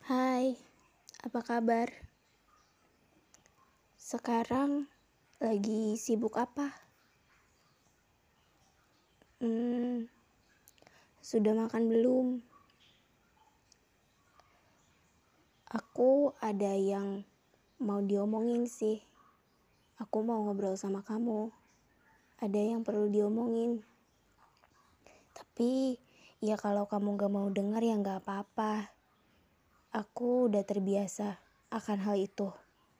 Hai, apa kabar? Sekarang lagi sibuk apa? Hmm, sudah makan belum? Aku ada yang mau diomongin sih. Aku mau ngobrol sama kamu. Ada yang perlu diomongin. Tapi, ya kalau kamu gak mau dengar ya gak apa-apa. Aku udah terbiasa akan hal itu.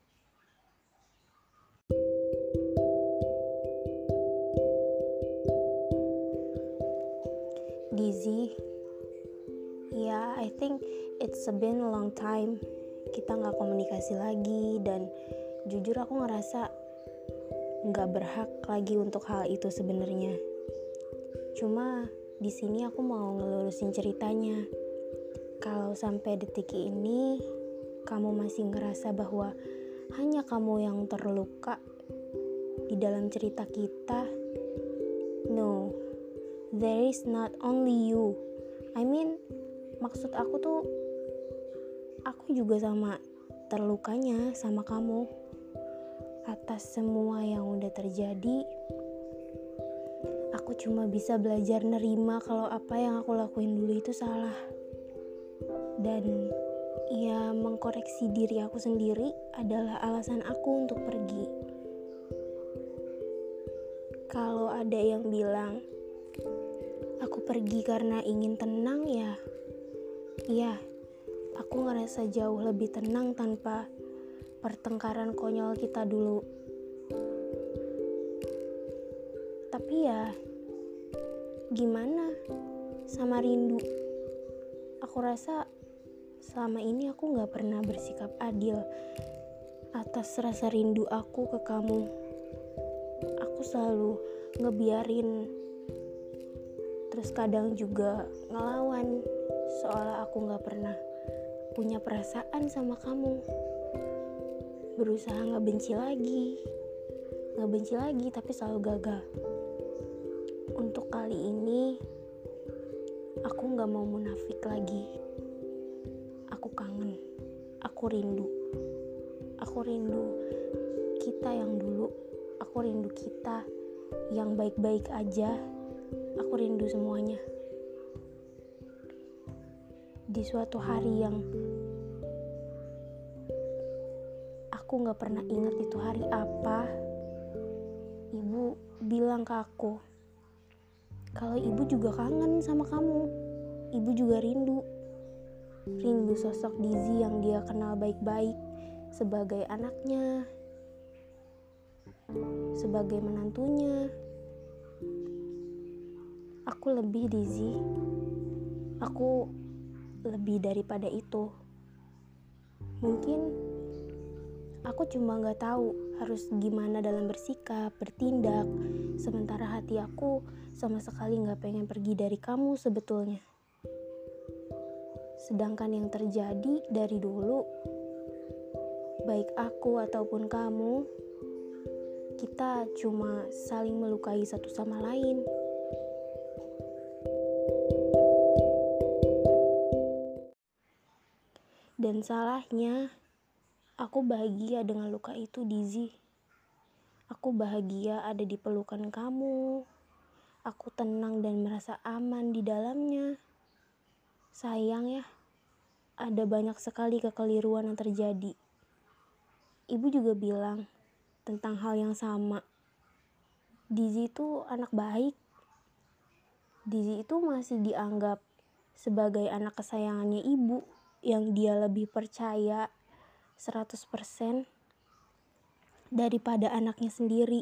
Dizzy, ya I think it's been a long time. Kita gak komunikasi lagi dan jujur aku ngerasa gak berhak lagi untuk hal itu sebenarnya. Cuma di sini aku mau ngelurusin ceritanya. Kalau sampai detik ini kamu masih ngerasa bahwa hanya kamu yang terluka di dalam cerita kita, no, there is not only you. Maksud aku tuh, aku juga sama terlukanya sama kamu. Atas semua yang udah terjadi, aku cuma bisa belajar nerima kalau apa yang aku lakuin dulu itu salah. Dan ya mengkoreksi diri aku sendiri adalah alasan aku untuk pergi. Kalau ada yang bilang aku pergi karena ingin tenang, ya, aku ngerasa jauh lebih tenang tanpa pertengkaran konyol kita dulu. Tapi ya, gimana sama rindu? Aku rasa selama ini aku gak pernah bersikap adil atas rasa rindu aku ke kamu. Aku selalu ngebiarin, terus kadang juga ngelawan, seolah aku gak pernah punya perasaan sama kamu. Berusaha ngebenci lagi tapi selalu gagal. Untuk kali ini aku gak mau munafik lagi. Aku kangen, aku rindu kita yang dulu, aku rindu kita yang baik-baik aja, aku rindu semuanya. Di suatu hari yang aku gak pernah ingat itu hari apa, ibu bilang ke aku kalau ibu juga kangen sama kamu. Ibu juga rindu sosok Dizzy yang dia kenal baik-baik sebagai anaknya, sebagai menantunya. Aku lebih, Dizzy. Aku lebih daripada itu. Mungkin aku cuma gak tahu harus gimana dalam bersikap, bertindak, sementara hati aku sama sekali gak pengen pergi dari kamu sebetulnya. Sedangkan yang terjadi dari dulu, baik aku ataupun kamu, kita cuma saling melukai satu sama lain. Dan salahnya, aku bahagia dengan luka itu, Dizzy. Aku bahagia ada di pelukan kamu. Aku tenang dan merasa aman di dalamnya. Sayang ya, ada banyak sekali kekeliruan yang terjadi. Ibu juga bilang tentang hal yang sama. Dizzy itu anak baik. Dizzy itu masih dianggap sebagai anak kesayangannya ibu yang dia lebih percaya 100% daripada anaknya sendiri.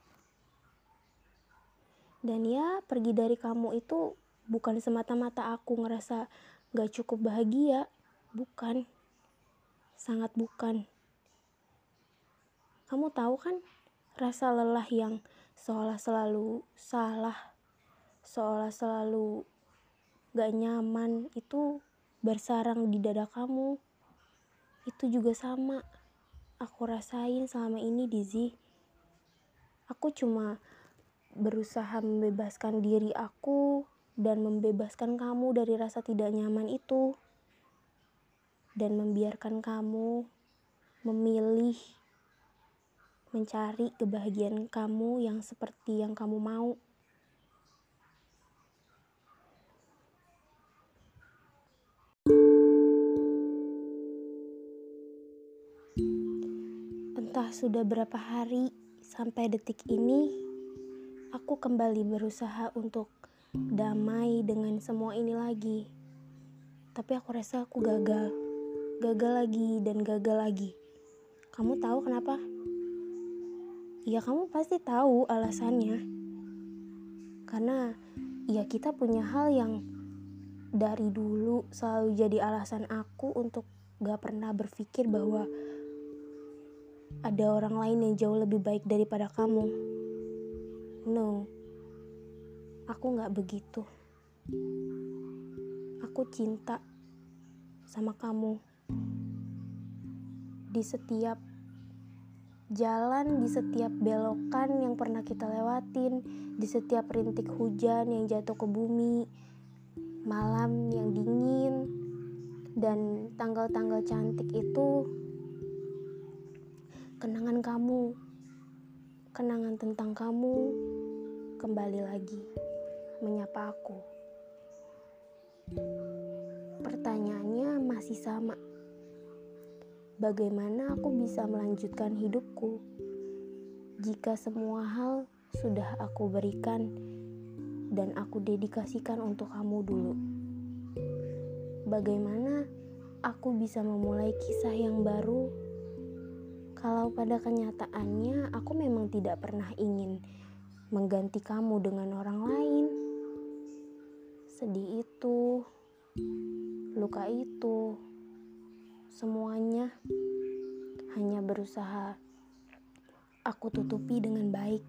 Dan ya, pergi dari kamu itu bukan semata-mata aku ngerasa gak cukup bahagia. Bukan. Sangat bukan. Kamu tahu kan rasa lelah yang seolah selalu salah, seolah selalu gak nyaman itu bersarang di dada kamu. Itu juga sama aku rasain selama ini, Dizzy. Aku cuma berusaha membebaskan diri aku dan membebaskan kamu dari rasa tidak nyaman itu. dan membiarkan kamu memilih mencari kebahagiaan kamu yang seperti yang kamu mau. Entah sudah berapa hari sampai detik ini, aku kembali berusaha untuk damai dengan semua ini lagi. Tapi aku rasa aku gagal lagi dan gagal lagi. Kamu tahu kenapa? Ya kamu pasti tahu alasannya. Karena ya kita punya hal yang dari dulu selalu jadi alasan aku untuk gak pernah berpikir bahwa ada orang lain yang jauh lebih baik daripada kamu. No, aku gak begitu. Aku cinta sama kamu. Di setiap jalan, di setiap belokan yang pernah kita lewatin, di setiap rintik hujan yang jatuh ke bumi, malam yang dingin, dan tanggal-tanggal cantik itu, kenangan kamu, kenangan tentang kamu kembali lagi menyapa aku. Pertanyaannya masih sama. Bagaimana aku bisa melanjutkan hidupku jika semua hal sudah aku berikan dan aku dedikasikan untuk kamu dulu? Bagaimana aku bisa memulai kisah yang baru kalau pada kenyataannya aku memang tidak pernah ingin mengganti kamu dengan orang lain? Sedih itu, luka itu, semuanya hanya berusaha aku tutupi dengan baik.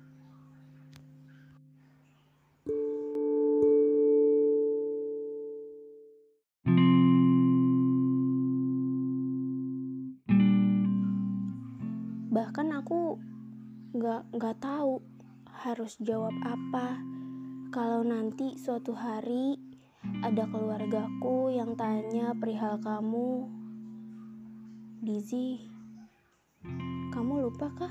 Bahkan aku gak tahu harus jawab apa kalau nanti suatu hari ada keluargaku yang tanya perihal kamu. Dizi, kamu lupa kah?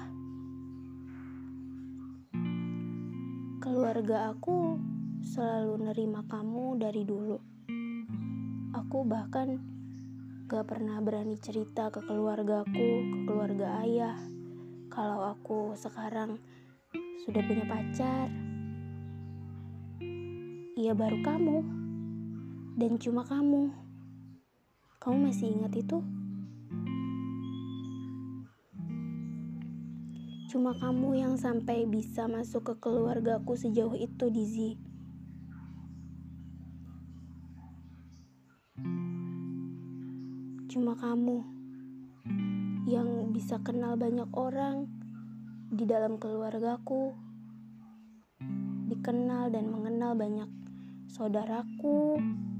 Keluarga aku selalu nerima kamu dari dulu. Aku bahkan gak pernah berani cerita ke keluargaku, ke keluarga ayah, kalau aku sekarang sudah punya pacar. Iya baru kamu, dan cuma kamu. Kamu masih ingat itu? Cuma kamu yang sampai bisa masuk ke keluargaku sejauh itu, Dizi. Cuma kamu yang bisa kenal banyak orang di dalam keluargaku, dikenal dan mengenal banyak saudaraku.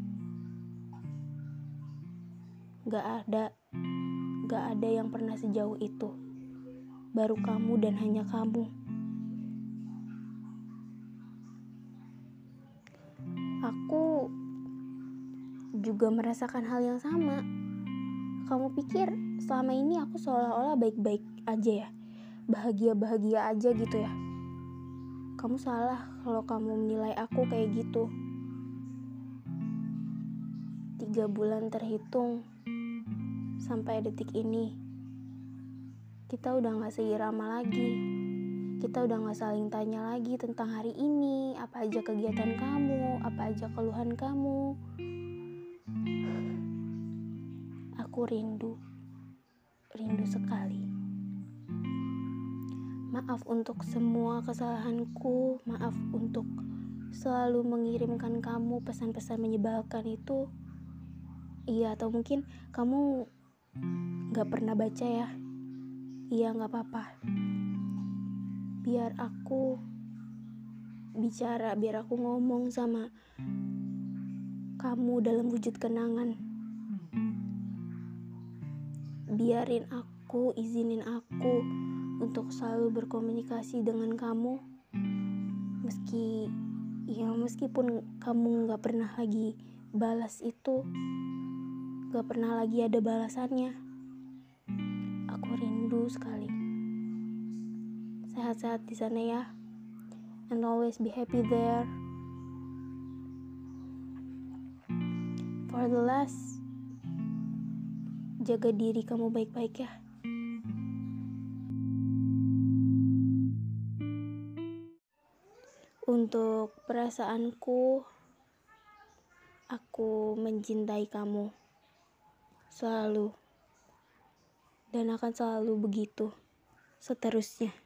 Gak ada yang pernah sejauh itu. Baru kamu dan hanya kamu. Aku juga merasakan hal yang sama. Kamu pikir selama ini aku seolah-olah baik-baik aja ya? Bahagia-bahagia aja gitu ya? Kamu salah kalau kamu menilai aku kayak gitu. 3 bulan terhitung sampai detik ini. Kita udah gak seirama lagi. Kita udah gak saling tanya lagi tentang hari ini, apa aja kegiatan kamu, apa aja keluhan kamu. Aku rindu sekali. Maaf untuk semua kesalahanku, maaf untuk selalu mengirimkan kamu pesan-pesan menyebalkan itu. Iya, atau mungkin kamu gak pernah baca ya. Iya, gak apa-apa. Biar aku bicara, biar aku ngomong sama kamu dalam wujud kenangan. Izinin aku untuk selalu berkomunikasi dengan kamu. Meskipun kamu gak pernah lagi balas itu, gak pernah lagi ada balasannya. Aku rindu sekali. Sehat-sehat di sana ya. And always be happy there. For the last, jaga diri kamu baik-baik ya. Untuk perasaanku, aku mencintai kamu selalu dan akan selalu begitu seterusnya.